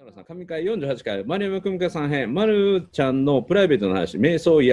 神回48回、丸山久美子さん編、まるちゃんのプライベートの話、瞑想、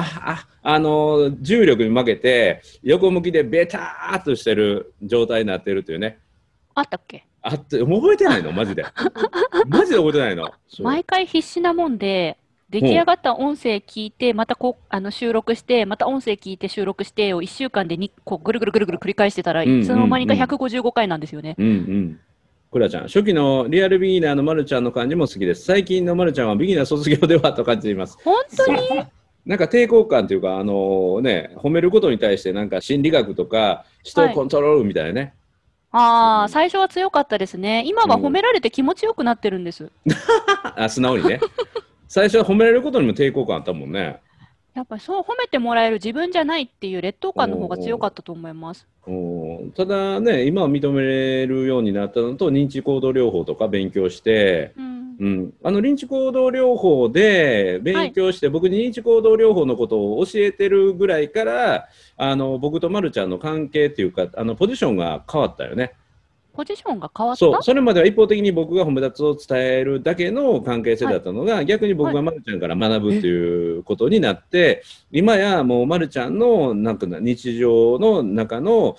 重力に負けて、横向きでベターっとしてる状態になってるというね。 あったっけ？ あって、もう覚えてないのマジで。マジで覚えてないの。 毎回必死なもんで、出来上がった音声聞いて、また収録して、また音声聞いて収録してを1週間でぐるぐる繰り返してたら、いつの間にか155回なんですよね。 クラちゃん、初期のリアルビギナーのまるちゃんの感じも好きです。最近のまるちゃんはビギナー卒業ではと感じています。 本当になんか抵抗感というか、褒めることに対してなんか心理学とか人をコントロールみたいなね。 最初は強かったですね。今は褒められて気持ちよくなってるんです。 素直にね。最初は褒められることにも抵抗感あったもんね。 やっぱりそう褒めてもらえる自分じゃないっていう劣等感の方が強かったと思います。 ただね、今は認めれるようになったのと、認知行動療法とか勉強して、認知行動療法で勉強して、僕に認知行動療法のことを教えてるぐらいから、僕とまるちゃんの関係っていうか、ポジションが変わったよね。 ポジションが変わった？ そう、それまでは一方的に僕が褒め立つを伝えるだけの関係性だったのが、逆に僕がまるちゃんから学ぶということになって、今やもうまるちゃんのなんか日常の中の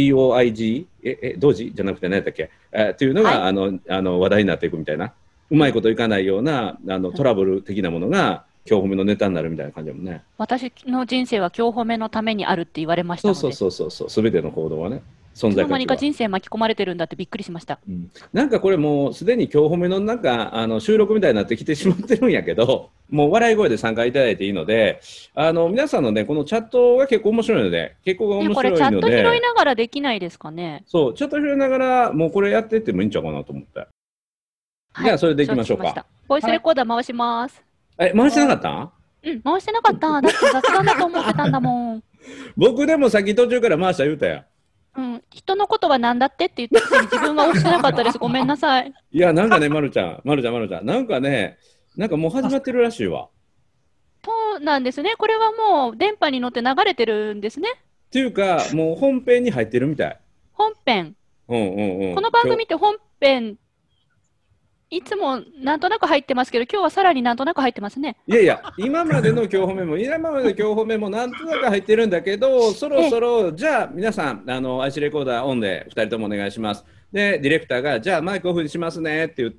DOIG、同時じゃなくて何やったっけ、っていうのが、話題になっていくみたいな、うまいこといかないようなトラブル的なものが今日褒めのネタになるみたいな感じだもんね。 私の人生は今日褒めのためにあるって言われましたので。 そう、全ての行動はね。いつの間にか人生巻き込まれてるんだってびっくりしました。 なんかこれもうすでに今日褒めのなんか収録みたいになってきてしまってるんやけど、もう笑い声で参加いただいていいので、皆さんのねこのチャットが結構面白いので、面白いので、 これチャット拾いながらできないですかね。 そう、チャット拾いながらもうこれやってってもいいんちゃうかなと思って。じゃあそれでいきましょうか。 ボイスレコーダー回します。 回してなかったん？ 回してなかった。だって雑談だと思ってたんだもん。 僕でもさっき途中から回した言うたやん。 人のことは何だってって言ってたのに自分は押してなかったです。ごめんなさい。 いや、なんかね、まるちゃん、なんかね、なんかもう始まってるらしいわ。 そうなんですね。これはもう電波に乗って流れてるんですね。 っていうか、もう本編に入ってるみたい。 本編。この番組って本編、いつもなんとなく入ってますけど、今日はさらになんとなく入ってますね。 いやいや、今までの今日褒めもなんとなく入ってるんだけど、そろそろじゃあ皆さんIC レコーダーオンで2人ともお願いします。でディレクターがじゃあマイクオフにしますねって言って、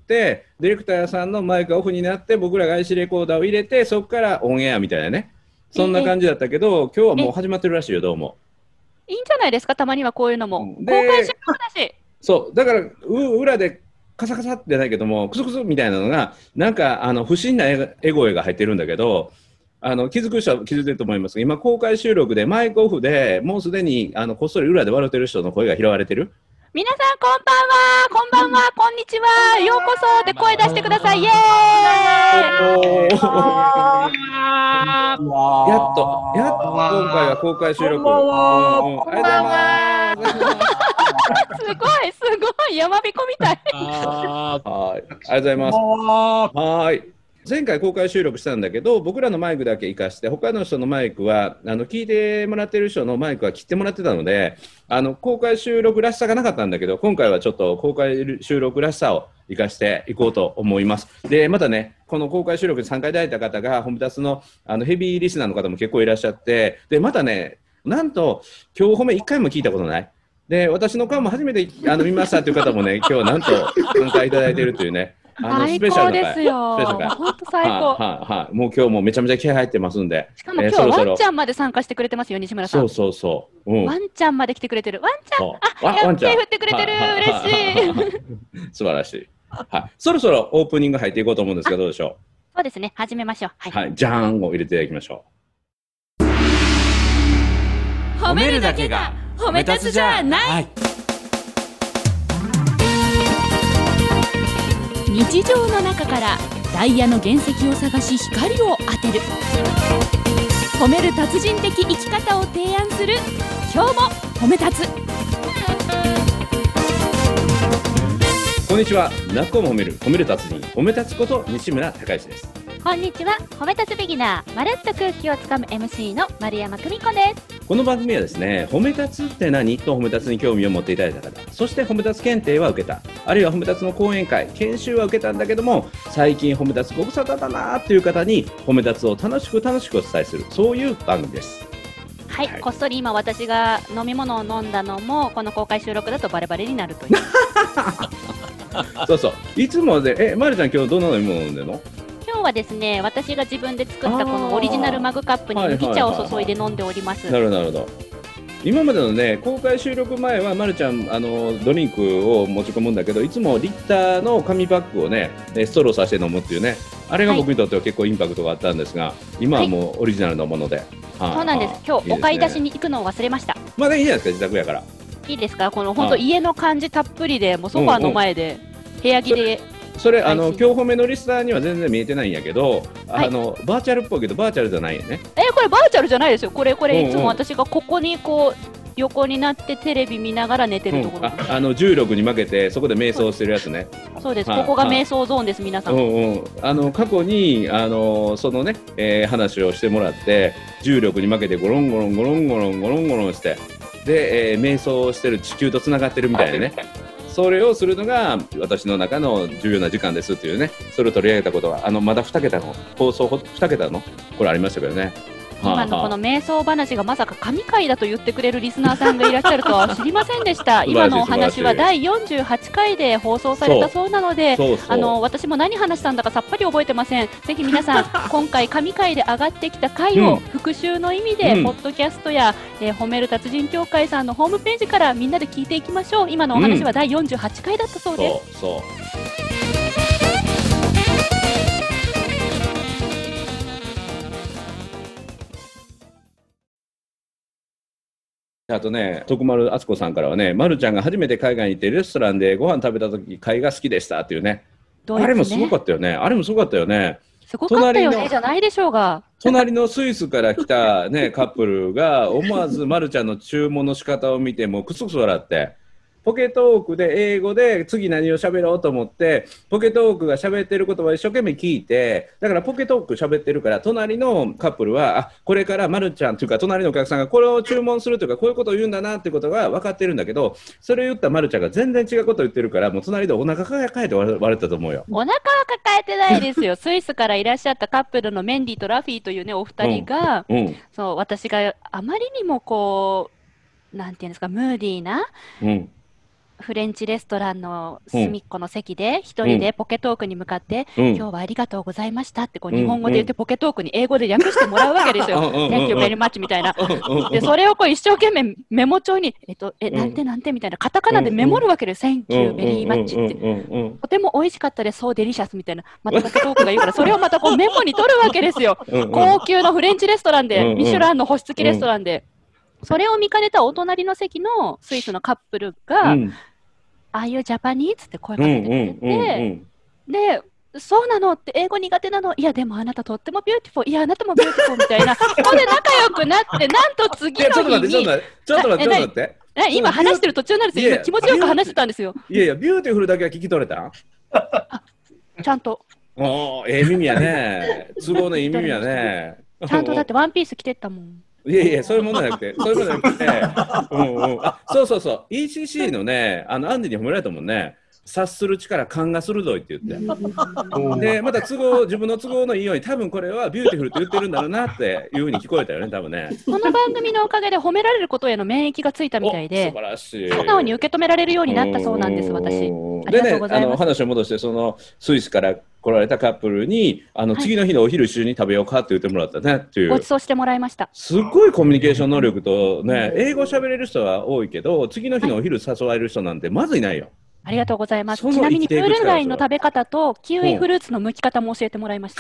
ディレクターさんのマイクオフになって僕らが IC レコーダーを入れて、そこからオンエアみたいなね、そんな感じだったけど、今日はもう始まってるらしいよ。どうもいいんじゃないですか、たまにはこういうのも公開収録だし。 そうだから裏でカサカサってないけども、クスクスみたいなのがなんか不審なエ声が入ってるんだけど、気づく人は気づいてると思いますが、今公開収録でマイクオフでもうすでにこっそり裏で笑ってる人の声が拾われてる。 皆さんこんばんは、こんにちは、ようこそって声出してください。イエーイ。 やっと今回は公開収録。ありがとうございます。 すごい山彦みたい。 ありがとうございます。はい。前回公開収録したんだけど、僕らのマイクだけ活かして、他の人のマイクは聞いてもらってる人のマイクは切ってもらってたので、公開収録らしさがなかったんだけど、今回はちょっと公開収録らしさを活かしていこうと思います。でまたね、この公開収録に参加いただいた方が褒め立つのヘビーリスナーの方も結構いらっしゃって、でまたね、なんと今日褒め1回も聞いたことない。で私の顔も初めて見ましたという方もね、今日はなんと参加いただいているというね、 最高ですよ。本当最高。 もう今日もめちゃめちゃ気合入ってますんで。 しかも今日ワンちゃんまで参加してくれてますよ、西村さん。 そう。 ワンちゃんまで来てくれてる。ワンちゃん、手振ってくれてる。嬉しい。 素晴らしい。そろそろオープニング入っていこうと思うんですが、どうでしょう。 そうですね、始めましょう。 はい、じゃーんを入れていただきましょう。 褒めるだけが褒め立つじゃない。 日常の中からダイヤの原石を探し光を当てる、褒める達人的生き方を提案する、今日も褒め立つ。 こんにちは。なっこも褒める達人、褒め立つこと西村孝之です。 こんにちは、褒め立つビギナー、まるっと空気をつかむ MC の丸山久美子です。 この番組はですね、褒め立つって何と褒め立つに興味を持っていただいた方、そして褒め立つ検定は受けた、あるいは褒め立つの講演会、研修は受けたんだけども、最近褒め立つご無沙汰だなーっていう方に褒め立つを楽しくお伝えする、そういう番組です。 はい、こっそり今私が飲み物を飲んだのもこの公開収録だとバレバレになるというそうそう、いつもで、まるちゃん今日どんな飲み物飲んでるの？ 今日はですね、私が自分で作ったこのオリジナルマグカップに麦茶を注いで飲んでおります。 なるほど。今までのね、公開収録前はまるちゃんドリンクを持ち込むんだけど、いつもリッターの紙パックをねストローさせて飲むっていうね、あれが僕にとっては結構インパクトがあったんですが、今はもうオリジナルのもので、 そうなんです。今日お買い出しに行くのを忘れました。 まだいいじゃないですか、自宅やから。 いいですか、この本当家の感じたっぷりで、もうソファーの前で部屋着で。 それ今日褒めのリスナーには全然見えてないんやけど、バーチャルっぽいけどバーチャルじゃないよね。 これバーチャルじゃないですよ。これいつも私がここにこう横になってテレビ見ながら寝てるところ、 重力に負けてそこで瞑想してるやつね。 そうです、ここが瞑想ゾーンです。皆さん、 過去にそのね、話をしてもらって、重力に負けてゴロンゴロンゴロンゴロンゴロンゴロンしてで、瞑想してる地球とつながってるみたいなね、それをするのが私の中の重要な時間ですっていうね、それを取り上げたことがまだ2桁の放送2桁のこれありましたけどね。 今のこの瞑想話がまさか神回だと言ってくれるリスナーさんがいらっしゃるとは知りませんでした。今のお話は第48回で放送されたそうなので、私も何話したんだかさっぱり覚えてません。ぜひ皆さん今回神回で上がってきた回を復習の意味で、ポッドキャストや、褒める達人協会さんのホームページからみんなで聞いていきましょう。今のお話は第48回だったそうです。 あとね、徳丸敦子さんからはね、まるちゃんが初めて海外に行ってレストランでご飯食べた時貝が好きでしたっていうね。あれもすごかったよね。 すごかったよねじゃないでしょうが。 隣のスイスから来た、ね、カップルが思わずまるちゃんの注文の仕方を見てもうクスクス笑って、ポケトークで英語で次何を喋ろうと思ってポケトークが喋ってる言葉を一生懸命聞いて、だからポケトーク喋ってるから隣のカップルはこれからまるちゃんというか隣のお客さんがこれを注文するというかこういうことを言うんだなってことが分かってるんだけど、それを言ったまるちゃんが全然違うことを言ってるから、もう隣でお腹抱えて笑ったと思うよ。 お腹は抱えてないですよ。スイスからいらっしゃったカップルのメンディとラフィーというねお二人が、そう私があまりにもこうなんていうんですか、ムーディーな、フレンチレストランの隅っこの席で一人でポケトークに向かって、今日はありがとうございましたってこう日本語で言ってポケトークに英語で訳してもらうわけですよ。Thank you very much みたいな。でそれをこう一生懸命メモ帳になんてみたいなカタカナでメモるわけです。Thank you very much ってとても美味しかったです、そうデリシャスみたいな、またポケトークが言うからそれをまたこうメモに取るわけですよ。高級のフレンチレストランでミシュランの星付きレストランで、それを見かねたお隣の席のスイスのカップルがああいうジャパニーズって声かけてくれて、で、そうなのって英語苦手なの、いやでもあなたとってもビューティフォー、いやあなたもビューティフォーみたいな、ここで仲良くなって、なんと次の日にちょっと待って、 今話してる途中なんですよ。今気持ちよく話してたんですよ。 いやビューティフルだけは聞き取れた？ ちゃんと。 耳やね。都合のいい耳やね。 ちゃんとだってワンピース着てったもん。 いやそういうものじゃなくて、そう ECC のねアンディに褒められたもんね。察する力、勘が鋭いって言って、でまた自分の都合のいいように多分これはビューティフルって言ってるんだろうなっていう風に聞こえたよね、多分ね。 この番組のおかげで褒められることへの免疫がついたみたいで、 素晴らしい。 素直に受け止められるようになったそうなんです、私。 でね、話を戻して、そのスイスから来られたカップルに次の日のお昼一緒に食べようかって言ってもらったねっていう。 ご馳走してもらいました。 すっごいコミュニケーション能力とね、英語喋れる人は多いけど、次の日のお昼誘われる人なんてまずいないよ。 ありがとうございます。ちなみにプール貝の食べ方とキウイフルーツの剥き方も教えてもらいました。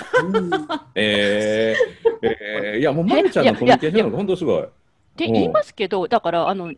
いやもうまるちゃんのコミュニケーション能力本当すごい。 って言いますけど、だからある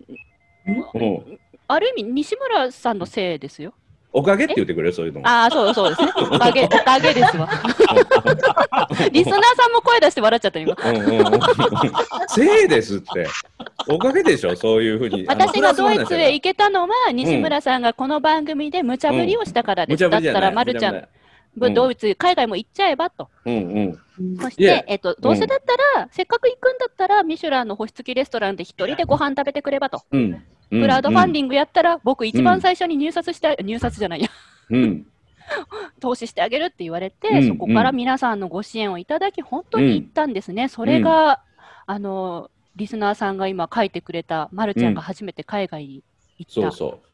意味西村さんのせいですよ。 おかげって言ってくれる、そういうの。 そうですね。おかげですわ。リスナーさんも声出して笑っちゃった今。 せいですって。おかげでしょ、そういうふうに。 私がドイツへ行けたのは西村さんがこの番組で無茶ぶりをしたからです。だったらまるちゃんドイツ、海外も行っちゃえばと。そして、どうせだったら、せっかく行くんだったら、ミシュランの星付きレストランで一人でご飯食べてくればと。クラウドファンディングやったら、僕一番最初に入札じゃないや。投資してあげるって言われて、そこから皆さんのご支援をいただき、本当に行ったんですね。それが、リスナーさんが今書いてくれた、まるちゃんが初めて海外に行った。 そうそう。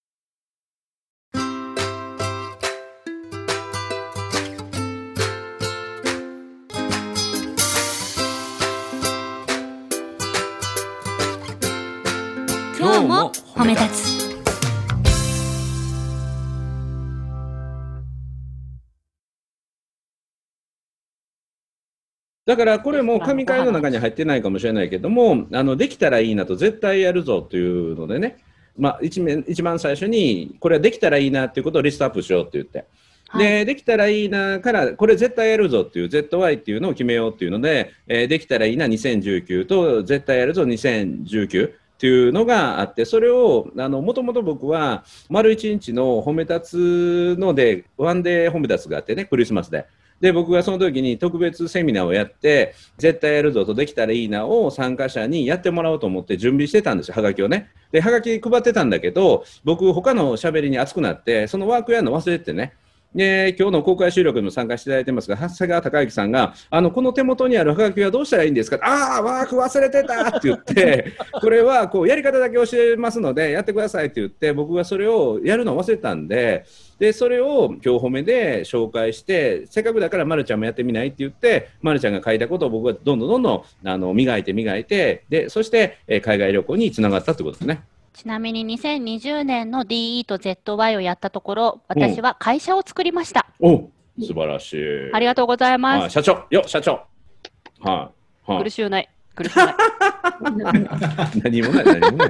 今日も褒め立つ。 だからこれも神会の中に入ってないかもしれないけども、できたらいいなと絶対やるぞというのでね、一番最初にこれはできたらいいなっていうことをリストアップしようって言って、できたらいいなからこれ絶対やるぞっていう ZY っていうのを決めようっていうので、できたらいいな2019と絶対やるぞ2019っていうのがあって、それをもともと僕は丸1日の褒め立つのでワンデー褒め立つがあってね、クリスマスで。で僕がその時に特別セミナーをやって絶対やるぞとできたらいいなを参加者にやってもらおうと思って準備してたんですよ、はがきをね。ではがき配ってたんだけど、僕他の喋りに熱くなってそのワークやるの忘れててね。で今日の公開収録にも参加していただいてますが、長谷川隆之さんがこの手元にあるはがきはどうしたらいいんですか、ああワーク忘れてたって言ってこれはこうやり方だけ教えますのでやってくださいって言って、僕がそれをやるのを忘れてたんで、それを今日褒めで紹介して、せっかくだからまるちゃんもやってみないって言って、まるちゃんが書いたことを僕はどんどん磨いて、でそして海外旅行につながったってことですね。 ちなみに2020年の DE と ZY をやったところ、私は会社を作りました。 お、素晴らしい。 ありがとうございます。 社長。はい。 苦しゅうない。 何もない。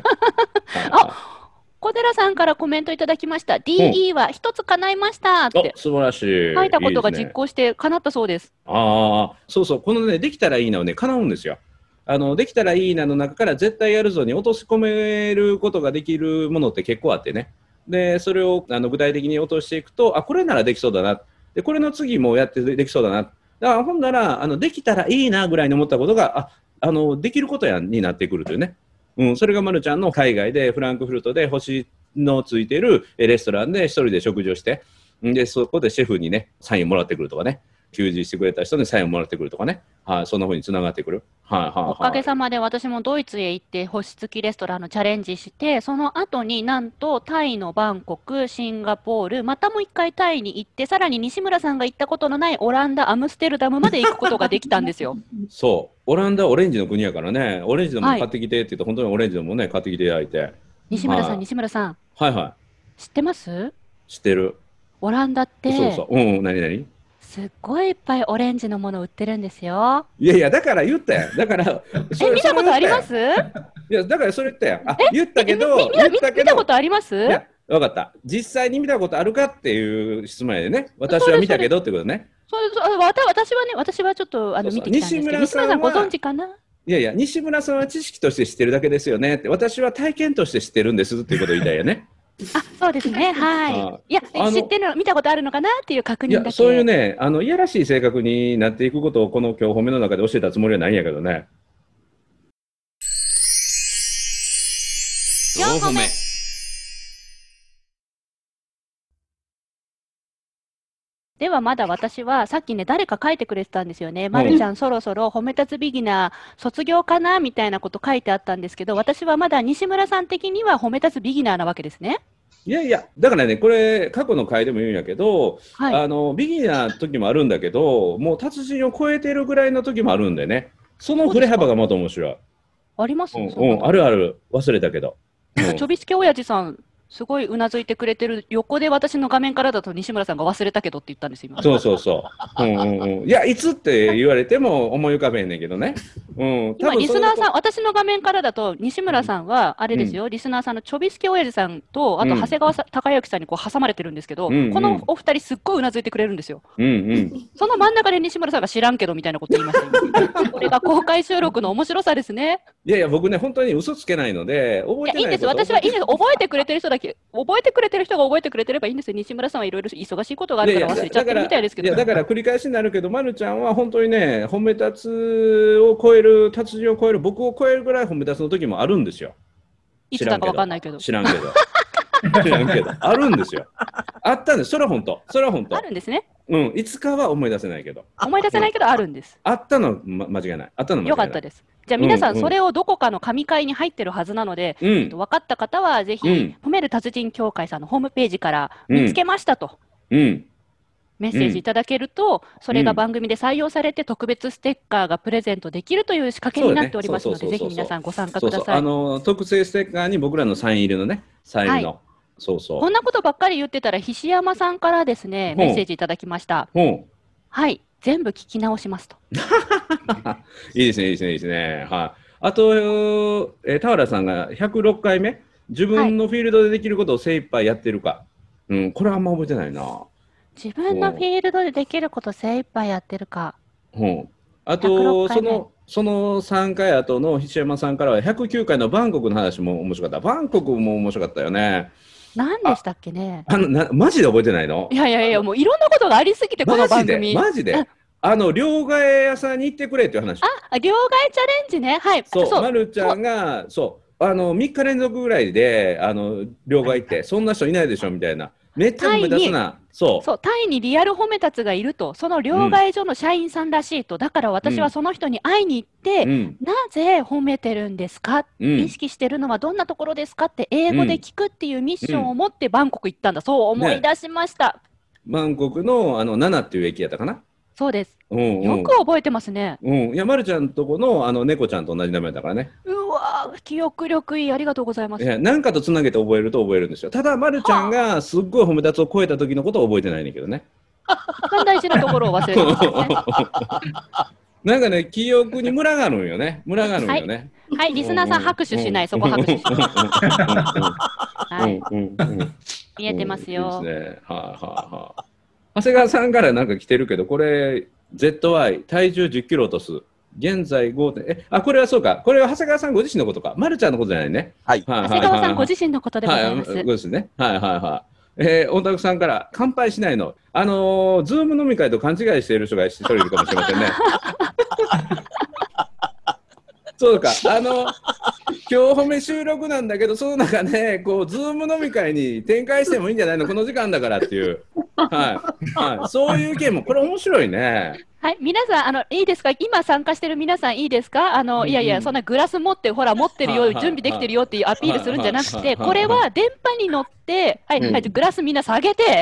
小寺さんからコメントいただきました。DE は一つ叶いましたって。 素晴らしい。 書いたことが実行して叶ったそうです。 そうそう。このね、できたらいいなをね、叶うんですよ。できたらいいなの中から絶対やるぞに落とし込めることができるものって結構あってね。でそれを具体的に落としていくと、これならできそうだな、でこれの次もやってできそうだな、だからほんならできたらいいなぐらいに思ったことができることやになってくるというね、それがまるちゃんの海外でフランクフルトで星のついているレストランで一人で食事をして、でそこでシェフにねサインもらってくるとかね、給仕してくれた人にサインをもらってくるとかね、そんな風につながってくる。 おかげさまで私もドイツへ行って星付きレストランのチャレンジして、その後になんとタイのバンコク、シンガポール、またもう一回タイに行って、さらに西村さんが行ったことのないオランダ、アムステルダムまで行くことができたんですよ。 そう、オランダはオレンジの国やからね、オレンジのもの買ってきてって言うと、本当にオレンジのものね買ってきていただいて。 西村さん、知ってます？ 知ってる。 オランダって、 何すっごいいっぱいオレンジのもの売ってるんですよ。 いやだから言ったやん。だから見たことあります？いやだからそれ言ったやん。言ったけど見たことあります？いや分かった。実際に見たことあるかっていう質問やでね。私は見たけどってことね。 私はちょっと見てきたんですけど、西村さんご存知かな？ いや西村さんは知識として知ってるだけですよねって、私は体験として知ってるんですっていうことを言いたいよね。 そうですね、はい。いや、知ってるの、見たことあるのかなっていう確認だけ。 そういうね、いやらしい性格になっていくことをこの今日褒めの中で教えたつもりはないんやけどね。 4褒め。 ではまだ私はさっきね誰か書いてくれてたんですよね。まるちゃんそろそろ褒め立つビギナー卒業かなみたいなこと書いてあったんですけど、私はまだ西村さん的には褒め立つビギナーなわけですね。 いやだからね、これ過去の回でも言うんやけど、ビギナーの時もあるんだけど、もう達人を超えてるぐらいの時もあるんでね、その振れ幅がまた面白い。 あります？ ある忘れたけど。 ちょびすけ親父さんすごいうなずいてくれてる横で、私の画面からだと西村さんが忘れたけどって言ったんです今。 そういやいつって言われても思い浮かべんねんけどね。 今リスナーさん、私の画面からだと西村さんはあれですよ、リスナーさんのちょびすけ親父さんとあと長谷川孝之さんにこう挟まれてるんですけど、このお二人すっごいうなずいてくれるんですよ。その真ん中で西村さんが知らんけどみたいなこと言いましたよ。これが公開収録の面白さですね。 いやいや、僕ね本当に嘘つけないので覚えてないこと。 いいんです。私はいいんです。覚えてくれてる人だけ、覚えてくれてる人が覚えてくれてればいいんですよ。西村さんはいろいろ忙しいことがあるから忘れちゃってるみたいですけど。 だから繰り返しになるけど、まるちゃんは本当にね、褒め立つを超える、達人を超える、僕を超えるぐらい褒め立つの時もあるんですよ。 いつだか分かんないけど。 知らんけどあるんですよ。あったんです。それは本当。 あるんですね。 いつかは思い出せないけど。 思い出せないけどあるんです。 あったの、間違いない。あったの間違いない。 よかったです。じゃあ皆さん、それをどこかの神会に入ってるはずなので、分かった方はぜひ、褒める達人協会さんのホームページから見つけましたと。メッセージいただけると、それが番組で採用されて特別ステッカーがプレゼントできるという仕掛けになっておりますので、ぜひ皆さんご参加ください。 特製ステッカーに僕らのサイン入りのね、サインの。 こんなことばっかり言ってたら、菱山さんからですね、メッセージいただきました。はい、全部聞き直しますと。 いいですね、いいですね、いいですね。はい。あと、田原さんが106回目、自分のフィールドでできることを精一杯やってるか。これはあんま覚えてないな。 自分のフィールドでできること精一杯やってるか。 あとその3回後の菱山さんからは109回のバンコクの話も面白かった。バンコクも面白かったよね。 何でしたっけね。 マジで覚えてないの？ いやもういろんなことがありすぎてこの番組。 マジで両替屋さんに行ってくれっていう話。 両替チャレンジね。はい。 そう、まるちゃんが3日連続ぐらいで両替行ってそんな人いないでしょみたいな。めっちゃ褒め立つな。 タイにリアル褒め立つがいると、その両替所の社員さんらしいと、だから私はその人に会いに行って、なぜ褒めてるんですか、意識してるのはどんなところですかって英語で聞くっていうミッションを持ってバンコク行ったんだ。そう思い出しました。 バンコクのナナっていう駅やったかな。 そうです。よく覚えてますね。 いや、まるちゃんとこの猫ちゃんと同じ名前だからね。 うわー、記憶力いい。ありがとうございます。 何かとつなげて覚えると覚えるんですよ。ただ、まるちゃんがすっごい褒め立つを超えた時のことを覚えてないねんけどね。 一番大事なところを忘れてますね。 なんかね、記憶にムラがあるんよね。 はい、リスナーさん拍手しない。そこ拍手しない。はい。見えてますよ。長谷川さんからなんか来てるけど、これ ZY 体重10キロ落とす。現在 5. これはそうか。これは長谷川さんご自身のことか。まるちゃんのことじゃないね。 長谷川さんご自身のことでございます。 そうですね。大田さんから乾杯しないの。ズーム飲み会と勘違いしている人が一人いるかもしれませんね。そうか。今日褒め収録なんだけど、その中ね、こうズーム飲み会に展開してもいいんじゃないの、この時間だからっていう。そういう意見も、これ面白いね。 はい、皆さん、いいですか、今参加してる皆さんいいですか、いやいや、そんなグラス持って、ほら、持ってるよ、準備できてるよっていうアピールするんじゃなくて、これは電波に乗って、はい、グラスみんな下げて、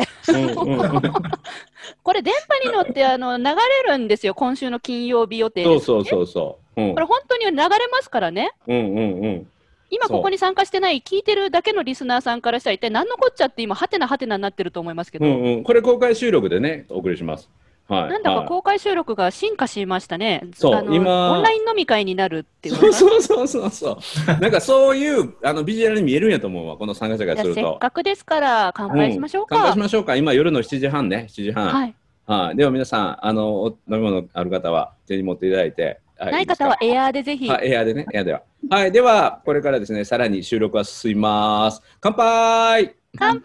これ電波に乗って流れるんですよ、今週の金曜日予定です、ね。これ本当に流れますからね。今ここに参加してない聞いてるだけのリスナーさんからしたら一体何のこっちゃって今ハテナハテナになってると思いますけど、 これ公開収録でねお送りします。 なんだか公開収録が進化しましたね。今オンライン飲み会になるっていう。 なんかそういうビジュアルに見えるんやと思うわ、この参加者がすると。 せっかくですから乾杯しましょうか。 乾杯しましょうか。今夜の7時半ね、7時半。では皆さんお飲み物ある方は手に持っていただいて。 ない方はエアーでぜひ。 エアーでね、エアーでは。はい、ではこれからですね、さらに収録は進みます。乾杯。 乾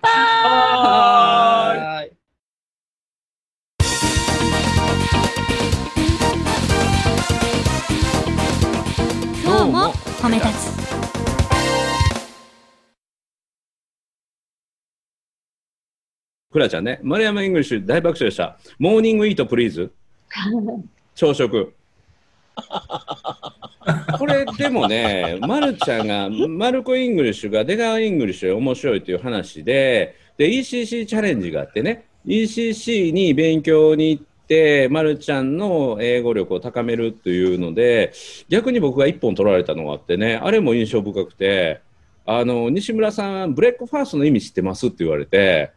杯。 今日も褒め立つ。 クラちゃんね、丸山イングリッシュ大爆笑でした。モーニングイートプリーズ。朝食。これでもね、まるちゃんがマルコイングリッシュが出川イングリッシュ面白いという話で、ECC チャレンジがあってね、ECC に勉強に行ってまるちゃんの英語力を高めるというので、逆に僕が1本取られたのがあってね、あれも印象深くて、西村さんブレックファーストの意味知ってますって言われて、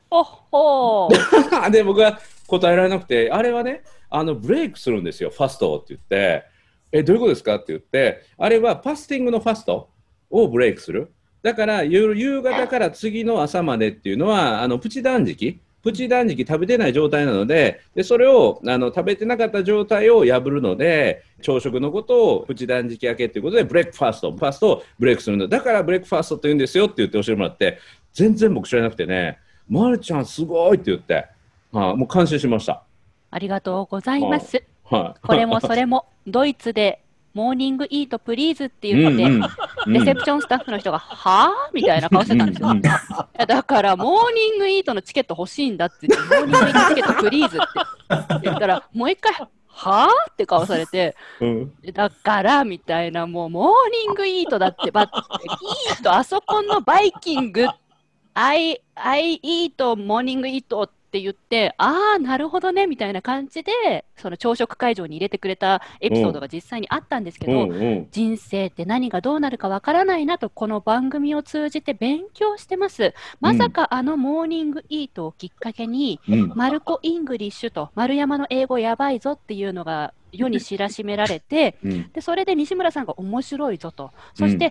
で僕は答えられなくて、あれはねブレイクするんですよ、ファストって言って。 どういうことですかって言って、あれはファスティングのファストをブレイクする。だから夕方から次の朝までっていうのはプチ断食食べてない状態なので、それを食べてなかった状態を破るので、朝食のことをプチ断食明けということでブレイクファストをブレイクするのだからブレイクファストって言うんですよって言って教えてもらって、全然僕知らなくてね、まるちゃんすごいって言って、もう感心しました。 ありがとうございます。これもそれもドイツでモーニングイートプリーズって言って、レセプションスタッフの人がはぁみたいな顔してたんですよ。だからモーニングイートのチケット欲しいんだって言って、モーニングイートチケットプリーズって言ったら、もう一回はぁって顔されて、だからみたいな、もうモーニングイートだって、イートあそこのバイキングI eat モーニングイートって言って、なるほどねみたいな感じで、その朝食会場に入れてくれたエピソードが実際にあったんですけど、人生って何がどうなるかわからないなと、この番組を通じて勉強してます。まさかモーニングイートをきっかけに、マルコ・イングリッシュと丸山の英語やばいぞっていうのが世に知らしめられて、でそれで西村さんが面白いぞと、そして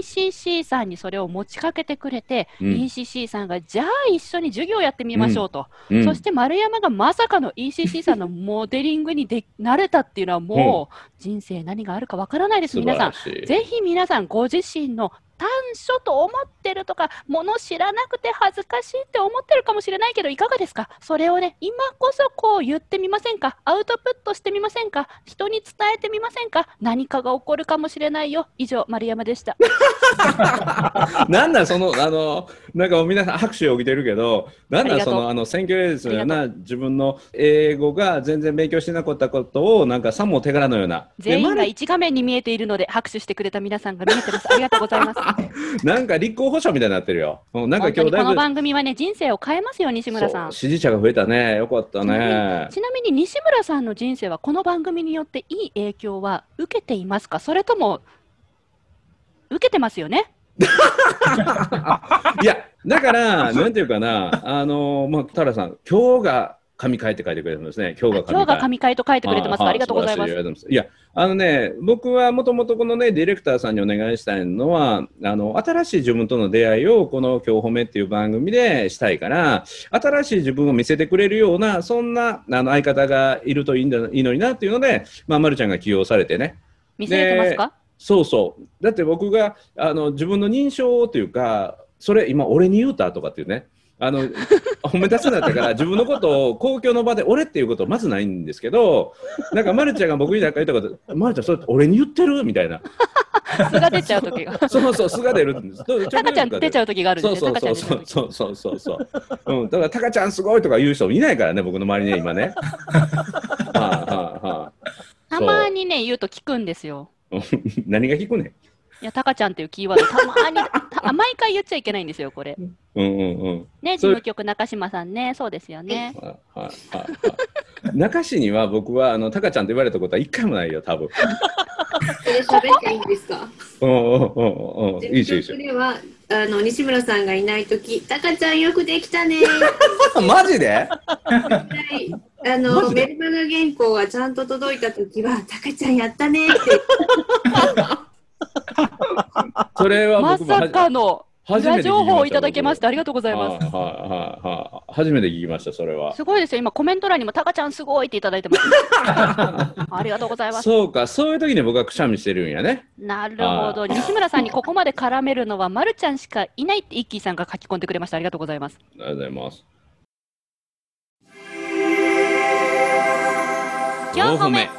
ECC さんにそれを持ちかけてくれて、ECC さんがじゃあ一緒に授業やってみましょうと、そして丸山がまさかの ECC さんのモデリングになれたっていうのは、もう人生何があるかわからないです。皆さんぜひ皆さんご自身の短所と思ってるとか、もの知らなくて恥ずかしいって思ってるかもしれないけど、いかがですか？それをね、今こそこう言ってみませんか？アウトプットしてみませんか？人に伝えてみませんか？何かが起こるかもしれないよ。以上、丸山でした。 なんだそのなんか皆さん拍手を起きてるけど、なんだその選挙演説のような自分の英語が全然勉強してなかったことをなんかさも手柄のような、 全員が一画面に見えているので拍手してくれた皆さんが見えてます。ありがとうございます。 なんか立候補者みたいになってるよ。なんか今日この番組はね、人生を変えますよ。西村さん、 支持者が増えたね。よかったね。 ちなみに西村さんの人生はこの番組によっていい影響は受けていますか？それとも受けてますよね。 いやだからなんていうかな、タラさん今日が神回って書いてくれてるんですね。今日が神回と書いてくれてます。ありがとうございます。 いや僕はもともとこのねディレクターさんにお願いしたいのは、新しい自分との出会いをこの今日褒めっていう番組でしたいから、新しい自分を見せてくれるようなそんな相方がいるといいのになっていうので、まるちゃんが起用されてね。 見せれてますか？ そうだって僕が自分の認証というか、それ今俺に言うたとかっていうね、褒め立つんだったから自分のことを公共の場で俺っていうことまずないんですけど、なんかまるちゃんが僕に何か言ったこと、まるちゃんそれ俺に言ってるみたいな素が出ちゃう時がそう素が出るんです。 タカちゃん出ちゃう時があるんですね。 そうだからタカちゃんすごいとか言う人いないからね、僕の周りに今ね。 たまにね言うと聞くんですよ。 何が聞くねん。 いや、タカちゃんっていうキーワードたまに毎回言っちゃいけないんですよ、これ。ね、事務局中島さんね、そうですよね。 中志には僕はタカちゃんって言われたことは一回もないよ、多分。 喋っていいんですか？ いいし。 それは西村さんがいないとき、タカちゃんよくできたね。 マジで？ メルマガ原稿がちゃんと届いたときは、タカちゃんやったねって。 それはまさかの裏情報をいただけましてありがとうございます。 初めて聞きました。それはすごいですよ。今コメント欄にもタカちゃんすごいっていただいてます。ありがとうございます。 そうか、そういう時に僕はくしゃみしてるんやね。 なるほど。西村さんにここまで絡めるのはまるちゃんしかいないってイッキーさんが書き込んでくれました。ありがとうございます。 ありがとうございます。 4歩目。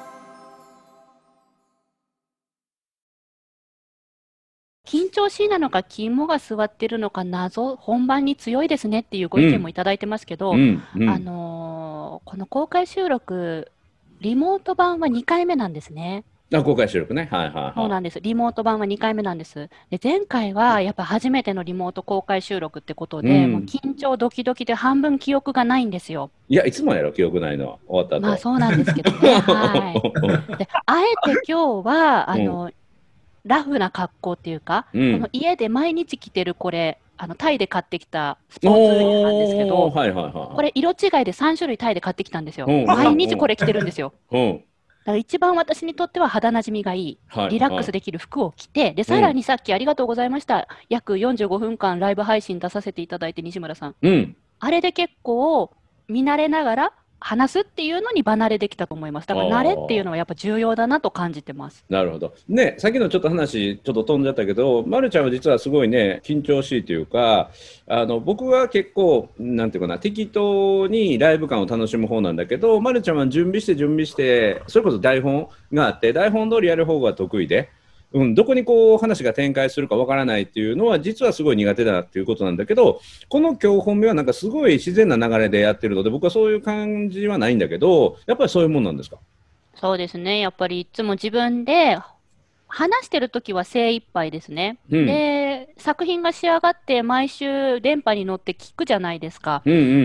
緊張しいなのか肝が据わってるのか本番に強いですねっていうご意見もいただいてますけど、この公開収録リモート版は2回目なんですね。 公開収録ね。 そうなんです。リモート版は2回目なんです。で前回はやっぱ初めてのリモート公開収録ってことで、もう緊張ドキドキで半分記憶がないんですよ。 いや、いつもやろ、記憶ないのは終わった後。 まあそうなんですけどね。であえて今日はラフな格好っていうか、この家で毎日着てるこれタイで買ってきたスポーツウェアなんですけど、これ色違いで3種類タイで買ってきたんですよ。毎日これ着てるんですよ。 から一番私にとっては肌なじみがいい、 はいリラックスできる服を着て、で、さらにさっきありがとうございました。約45分間ライブ配信出させていただいて、西村さん。 うん。 あれで結構見慣れながら話すっていうのに離れできたと思います。だから慣れっていうのはやっぱ重要だなと感じてます。 なるほど。ね、さっきのちょっと話ちょっと飛んじゃったけど、まるちゃんは実はすごいね、緊張しいというか、僕は結構なんていうかな、適当にライブ感を楽しむ方なんだけど、まるちゃんは準備して、それこそ台本があって、台本通りやる方が得意で。どこにこう話が展開するかわからないっていうのは実はすごい苦手だっていうことなんだけど、この今日本目はなんかすごい自然な流れでやってるので、僕はそういう感じはないんだけど、やっぱりそういうもんなんですか？ そうですね。やっぱりいつも自分で話してるときは精一杯ですね。で、作品が仕上がって毎週電波に乗って聞くじゃないですか。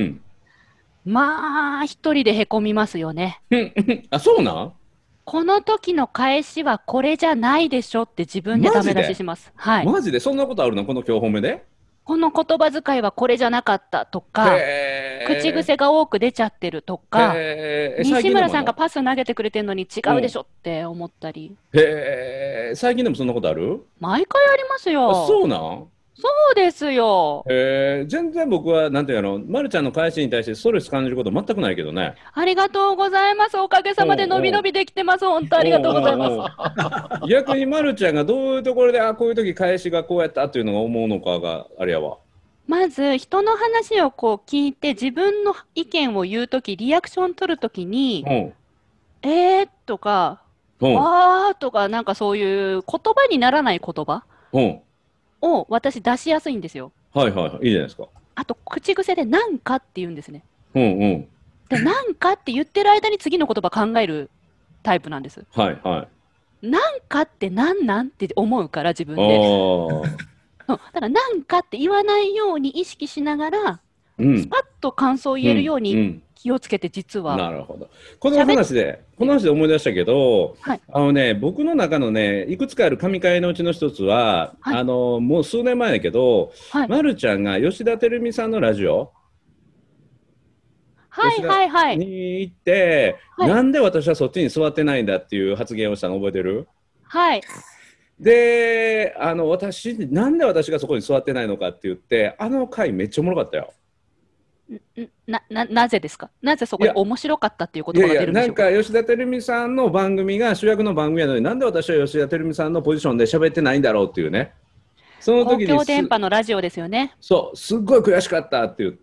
まあ、一人でへこみますよね。 あ、そうなん？ この時の返しはこれじゃないでしょって自分でダメ出しします。はい。 マジでそんなことあるの？この今日褒めで？ この言葉遣いはこれじゃなかったとか、口癖が多く出ちゃってるとか、西村さんがパス投げてくれてるのに違うでしょって思ったり。 最近でもそんなことある？ 毎回ありますよ。 そうなん？ そうですよ。 全然僕はなんていうの、まるちゃんの返しに対してストレス感じること全くないけどね。 ありがとうございます。おかげさまで伸び伸びできてます。本当ありがとうございます。 逆にまるちゃんがどういうところでこういう時返しがこうやったっていうのが思うのかがあれやわ。 まず人の話をこう聞いて自分の意見を言うとき、リアクション取るときに、とか、とかなんかそういう言葉にならない言葉を私出しやすいんですよ。 はいはい、いいじゃないですか。 あと口癖でなんかって言うんですね。 でなんかって言ってる間に次の言葉考えるタイプなんです。 はいはい。 なんかってなんって思うから自分で。だからなんかって言わないように意識しながら、スパッと感想を言えるように気をつけて実は。 なるほど。この話で思い出したけど、僕の中のね、いくつかある神回のうちの一つは、もう数年前だけど、まるちゃんが吉田照美さんのラジオに行って、なんで私はそっちに座ってないんだっていう発言をしたの覚えてる？ はい。 で、なんで私がそこに座ってないのかって言って、あの回めっちゃおもろかったよ。 なぜですか？なぜそこで面白かったっていう言葉が出るんでしょうか？ なんか吉田照美さんの番組が主役の番組なのに、なんで私は吉田照美さんのポジションで喋ってないんだろうっていうね。その時に公共電波のラジオですよね。 そう、すっごい悔しかったって言って、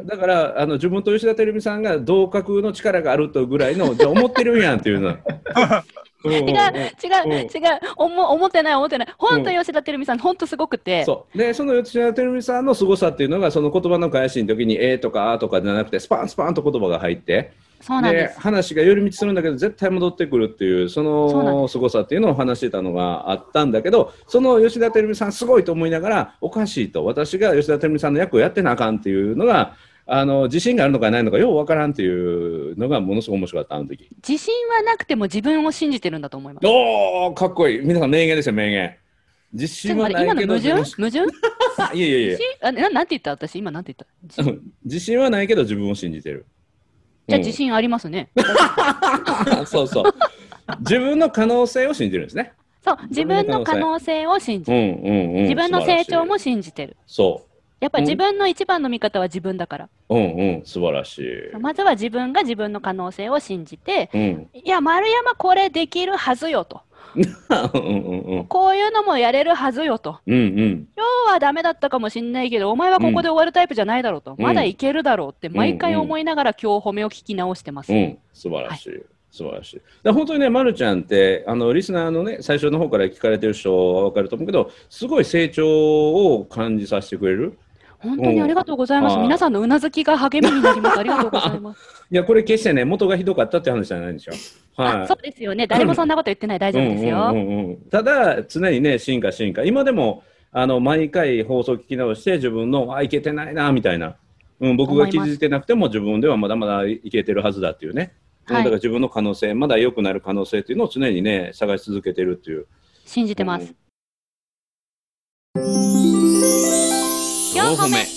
だから自分と吉田照美さんが同格の力があるとぐらいのじゃ思ってるんやんっていうの。違う、 思ってない。本当に吉田照美さん、本当すごくて。 で、その吉田照美さんの凄さっていうのが、その言葉の返しの時に、とか、とかじゃなくて、スパンスパンと言葉が入って、話が寄り道するんだけど、絶対戻ってくるっていう、その凄さっていうのを話してたのがあったんだけど、その吉田照美さん、すごいと思いながら、おかしいと、私が吉田照美さんの役をやってなあかんっていうのが、自信があるのかないのかようわからんっていうのがものすごく面白かった、あの時。 自信はなくても自分を信じてるんだと思います。 おー、かっこいい。皆さん名言ですよ、名言。自信はないけど。 今の矛盾いや。 なんて言った？私今なんて言った？ 自信はないけど自分を信じてる。 じゃあ自信ありますね。 そう。自分の可能性を信じるんですね。 そう、自分の可能性を信じる。自分の成長も信じてる。 そう。 やっぱり自分の一番の味方は自分だから。 素晴らしい。 まずは自分が自分の可能性を信じて、いや、丸山これできるはずよと。こういうのもやれるはずよと。今日はダメだったかもしれないけど、お前はここで終わるタイプじゃないだろうと。まだいけるだろうって毎回思いながら今日褒めを聞き直してます。 素晴らしい。素晴らしい。本当にね、まるちゃんってリスナーのね、最初の方から聞かれてる人は分かると思うけど、すごい成長を感じさせてくれる。 本当にありがとうございます。皆さんのうなずきが励みになります。ありがとうございます。 いや、これ決してね、元がひどかったって話じゃないんですよ。 そうですよね。誰もそんなこと言ってない。大丈夫ですよ。 ただ、常にね、進化。今でも、毎回放送聞き直して、自分の、いけてないな、みたいな。僕が気づいてなくても、自分ではまだまだいけてるはずだっていうね。だから自分の可能性、まだ良くなる可能性っていうのを常にね、探し続けてるっていう。 信じてます。 4歩目。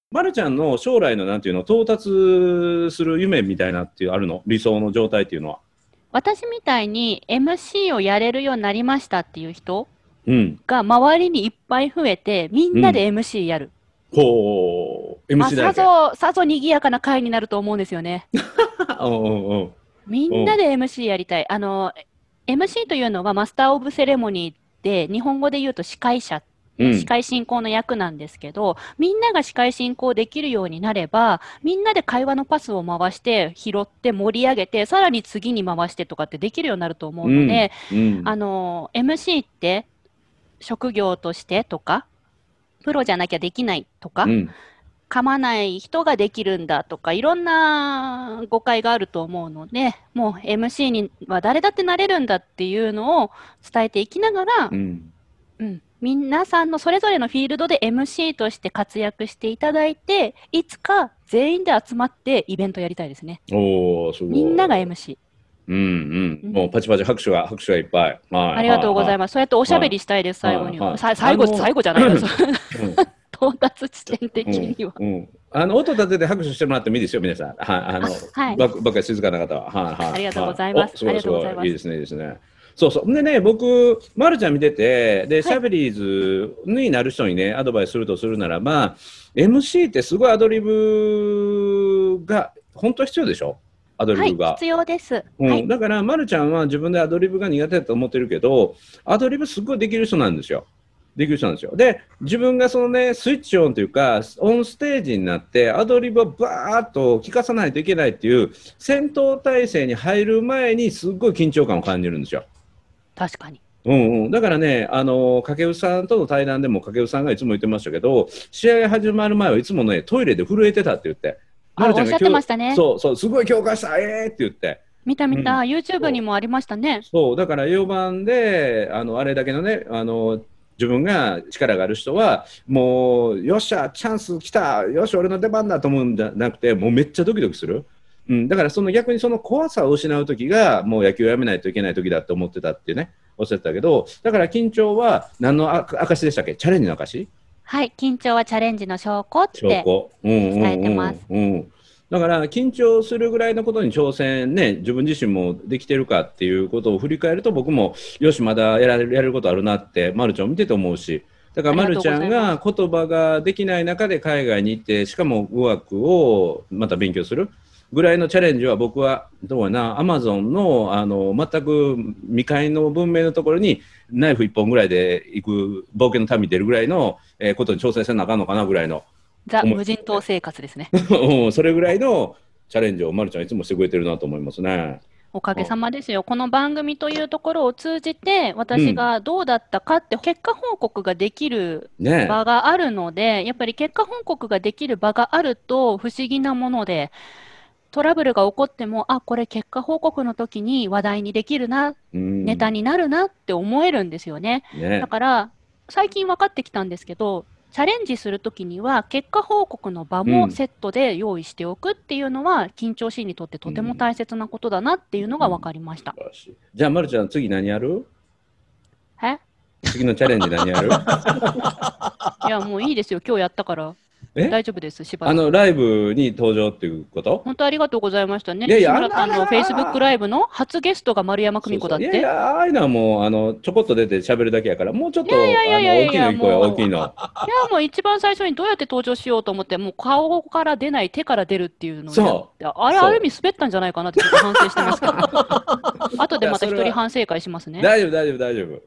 まるちゃんの将来のなんていうの、到達する夢みたいなっていうあるの？理想の状態っていうのは。 私みたいに MC をやれるようになりましたっていう人が周りにいっぱい増えて、みんなで MC やる。 ほう、MC だけ。 さぞ賑やかな会になると思うんですよね。みんなで MC やりたい。MC というのはマスター・オブ・セレモニーで、日本語で言うと司会者、司会進行の役なんですけど、みんなが司会進行できるようになれば、みんなで会話のパスを回して、拾って盛り上げて、さらに次に回してとかってできるようになると思うので、MC って職業としてとか、プロじゃなきゃできないとか、噛まない人ができるんだとか、いろんな誤解があると思うので、もう MC には誰だってなれるんだっていうのを伝えていきながら、皆さんのそれぞれのフィールドで MC として活躍していただいて、いつか全員で集まってイベントやりたいですね。 おー、すごい。 みんなが MC。 もうパチパチ拍手がいっぱい。 ありがとうございます。そうやっておしゃべりしたいです、最後には。最後じゃないです。到達地点的には。 音立てて拍手してもらってもいいですよ、皆さん。ばっかり静かな方は。 ありがとうございます。 すごい。いいですね、いいですね。そうそう。でね、僕、まるちゃん見てて、で、シャベリーズになる人にね、アドバイスするとするならば、MC ってすごいアドリブが本当必要でしょ？アドリブが。 必要です。 だから、まるちゃんは自分でアドリブが苦手だと思ってるけど、アドリブすごいできる人なんですよ。で、自分がそのね、スイッチオンというか、オンステージになって、アドリブをバーッと聞かさないといけないっていう、戦闘態勢に入る前にすっごい緊張感を感じるんですよ。 確かに。 だからね、掛布さんとの対談でも掛布さんがいつも言ってましたけど、試合始まる前はいつもね、トイレで震えてたって言って、 おっしゃってましたね。 そう、すごい強化した、って言って。 見た、YouTube にもありましたね。 そう、だから4番で、あれだけのね、自分が力がある人は、もう、よっしゃ、チャンス来た、よし、俺の出番だと思うんじゃなくて、もうめっちゃドキドキする。だから逆にその怖さを失う時がもう野球をやめないといけない時だって思ってたってねおっしゃってたけど、だから緊張は何の証でしたっけ？チャレンジの証？ はい、緊張はチャレンジの証拠って伝えてます。 だから緊張するぐらいのことに挑戦ね、自分自身もできてるかっていうことを振り返ると、僕もよしまだやれることあるなってまるちゃんを見てて思うし、だからまるちゃんが言葉ができない中で海外に行って、しかも語学をまた勉強するぐらいのチャレンジは、僕はどうやな、アマゾンの全く未開の文明のところにナイフ一本ぐらいで行く冒険の旅に出るぐらいのことに挑戦せなあかんのかなぐらいのザ・無人島生活ですね。 それぐらいのチャレンジをまるちゃんいつもしてくれてるなと思いますね。 おかげさまですよ。この番組というところを通じて、私がどうだったかって結果報告ができる場があるので、やっぱり結果報告ができる場があると不思議なもので、トラブルが起こっても、これ結果報告の時に話題にできるな、ネタになるなって思えるんですよね。だから最近分かってきたんですけど、チャレンジするときには結果報告の場もセットで用意しておくっていうのは緊張しいにとってとても大切なことだなっていうのが分かりました。 じゃあまるちゃん次何やる？次のチャレンジ何やる？ いやもういいですよ、今日やったから大丈夫です。しばらくライブに登場っていうこと？ 本当ありがとうございましたね。西村さんのフェイスブックライブの初ゲストが丸山久美子だって。 いやああいうのはもうちょこっと出て喋るだけやから、もうちょっと大きいの行こうよ、大きいの。いやもう一番最初にどうやって登場しようと思って、もう顔から出ない手から出るっていうのをある意味滑ったんじゃないかなってちょっと反省してますけど後でまた一人反省会しますね。 大丈夫。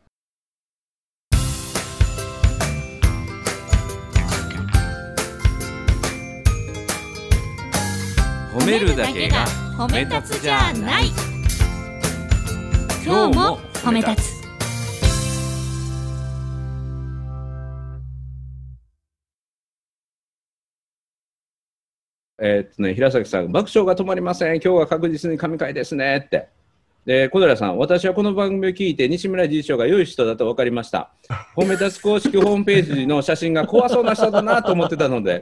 褒めるだけが褒め立つじゃない。今日も褒め立つ。 平崎さん、爆笑が止まりません。今日は確実に神回ですねって。で、小寺さん、私はこの番組を聞いて西村理事長が良い人だと分かりました。褒め立つ公式ホームページの写真が怖そうな人だなと思ってたので、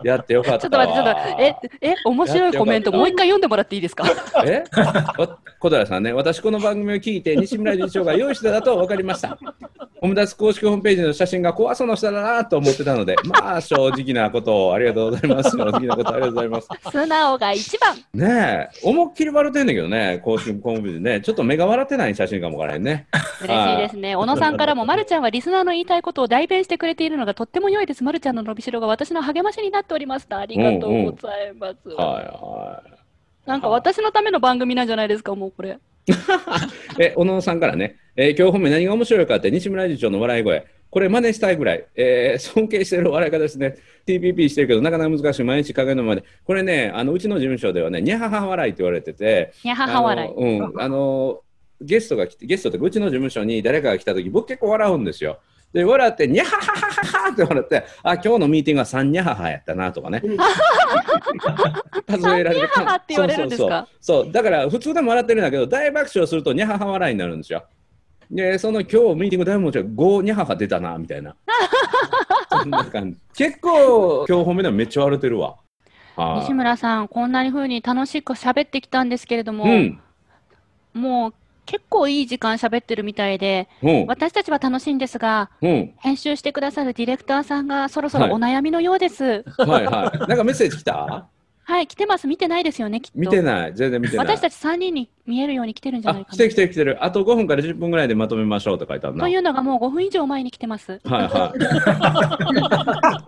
やってよかったわ。 ちょっと待って、面白いコメントもう一回読んでもらっていいですか？ 小寺さんね、私この番組を聞いて西村理事長が用意してたと分かりました。ホムダス公式ホームページの写真が怖そうな人だなと思ってたので、まあ正直なことをありがとうございます。正直なことありがとうございます。 素直が一番。 ねえ、思いっきり笑ってんだけどね、公式ホームページね、ちょっと目が笑ってない写真かもわからへんね。 嬉しいですね。小野さんからも、まるちゃんはリスナーの言いたいことを代弁してくれているのがとっても良いです。まるちゃんの伸びしろが私の励ましになっております。ありがとうございます。なんか私のための番組なんじゃないですか、もうこれ。 小野さんからね、今日本命何が面白いかって西村理事長の笑い声、これ真似したいぐらい、尊敬している笑い方ですね。TPP してるけどなかなか難しい、毎日影のまで。これね、うちの事務所ではね、にゃはは笑いって言われてて、 にゃはは笑い。 ゲストが来て、ゲストってうちの事務所に誰かが来た時、僕結構笑うんですよ。で、笑って、にゃははははって笑って、あ、今日のミーティングは3にゃははやったなとかね。 数えられる。3にゃははって言われるんですか？ そう、だから普通でも笑ってるんだけど、大爆笑するとにゃはは笑いになるんですよ。で、その今日ミーティング大もちろん5にゃはは出たなみたいな。そんな感じ。結構今日褒めでもめっちゃ笑ってるわ。 西村さん、こんなに風に楽しく喋ってきたんですけれども、もう結構いい時間喋ってるみたいで、私たちは楽しいんですが、編集してくださるディレクターさんがそろそろお悩みのようです。 はいはい。なんかメッセージ来た？ はい、来てます。見てないですよね、きっと。 見てない。全然見てない。 私たち3人に見えるように来てるんじゃないかな。 来てる。あと5分から10分ぐらいでまとめましょうと書いてあるな。 というのがもう5分以上前に来てます。 はいはい。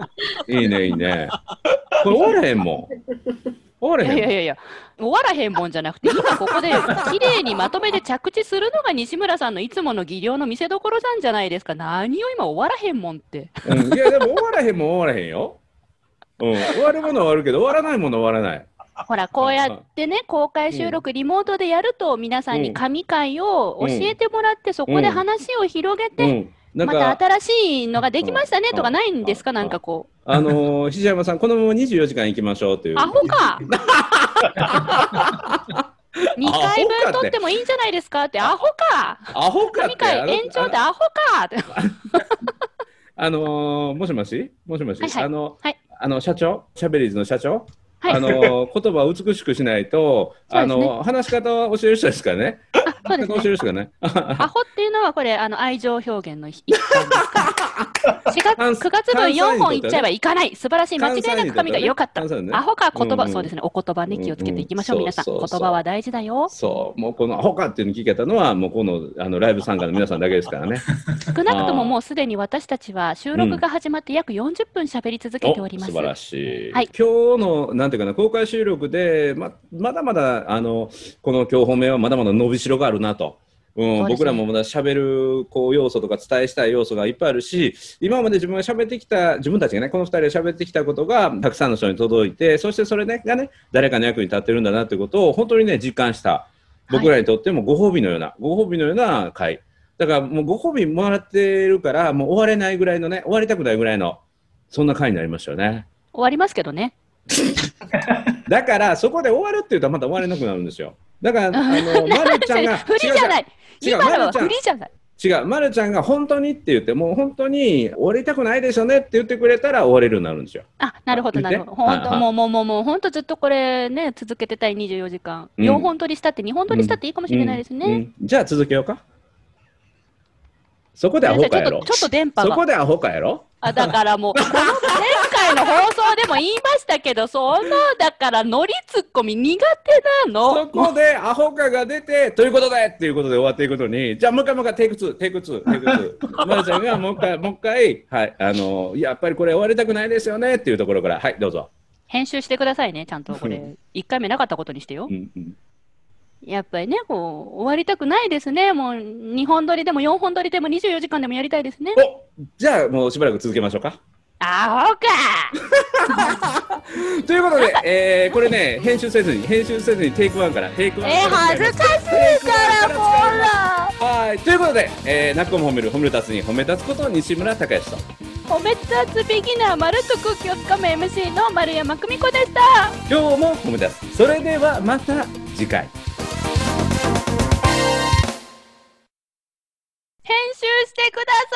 いいね、いいね。これ終わらへんもん。終わらへん。 いや、終わらへんもんじゃなくて、今ここで綺麗にまとめて着地するのが西村さんのいつもの技量の見せ所なんじゃないですか。何を今終わらへんもんって。 いや、でも終わらへんもん終わらへんよ。終わるものは終わるけど、終わらないものは終わらない。 ほら、こうやってね、公開収録、リモートでやると、皆さんに神回を教えてもらって、そこで話を広げて、また新しいのができましたねとかないんですか、なんかこう。菱山さん、このまま24時間行きましょうっていう。 アホか2回分取ってもいいんじゃないですかって、アホか神回延長ってアホかって。 もしもしはい、 社長、シャベリーズの社長、言葉を美しくしないと、話し方を教える人ですからね。 そうですね。 教える人がね。 アホっていうのはこれ愛情表現の一環ですから。9月分4本いっちゃえばいかない。素晴らしい。間違いなく神が良かった。アホか言葉、そうですね。お言葉ね、気をつけていきましょう、皆さん。言葉は大事だよ。 そう、もうこのアホかっていうの聞けたのは、もうこのライブ参加の皆さんだけですからね。 少なくとももうすでに私たちは収録が始まって約40分喋り続けております。 素晴らしい。今日のなんていうかな、公開収録でまだまだこの今日褒めはまだまだ伸びしろがあるなと。僕らもまだ喋る要素とか伝えしたい要素がいっぱいあるし、今まで自分が喋ってきた、自分たちがね、この2人で喋ってきたことがたくさんの人に届いて、そしてそれ、ね、がね、誰かの役に立ってるんだなということを本当にね、実感した。僕らにとってもご褒美のような回。だからもうご褒美もらってるから、もう終われないぐらいのね、終わりたくないぐらいの、そんな回になりましたよね。 終わりますけどね。 だからそこで終わるって言うとまた終われなくなるんですよ。だからまるちゃんが振りじゃない。今のは振りじゃない。 違う、まるちゃんが本当にって言って、もう本当に終わりたくないですよねって言ってくれたら終われるようになるんですよ。 なるほどなるほど。本当もう本当ずっとこれね続けてたい24時間。4本撮りしたって2本撮りしたっていいかもしれないですね。 じゃあ続けようか。そこでアホかやろ。 ちょっと電波が。 そこでアホかやろ。 だからもう前回の放送でも言いましたけど、だからノリツッコミ苦手なの。 そこでアホかが出てということでっていうことで終わっていくことに、じゃあもう一回テイク2まるちゃんがもう一回はいやっぱりこれ終わりたくないですよねっていうところから、はいどうぞ。 編集してくださいね、ちゃんとこれ1回目なかったことにしてよ。やっぱりね、終わりたくないですね。もう2本撮りでも4本撮りでも24時間でもやりたいですね。 じゃあもうしばらく続けましょうか。 アホかということで、これね編集せずにテイク1からテイク1 恥ずかしいからほら。 はい、ということで、なっこも褒める立つに褒め立つこと西村孝之と褒め立つビギナーまるっと空気をつかむ MC の丸山久美子でした。 今日も褒め立つ。それではまた次回。 編集してください。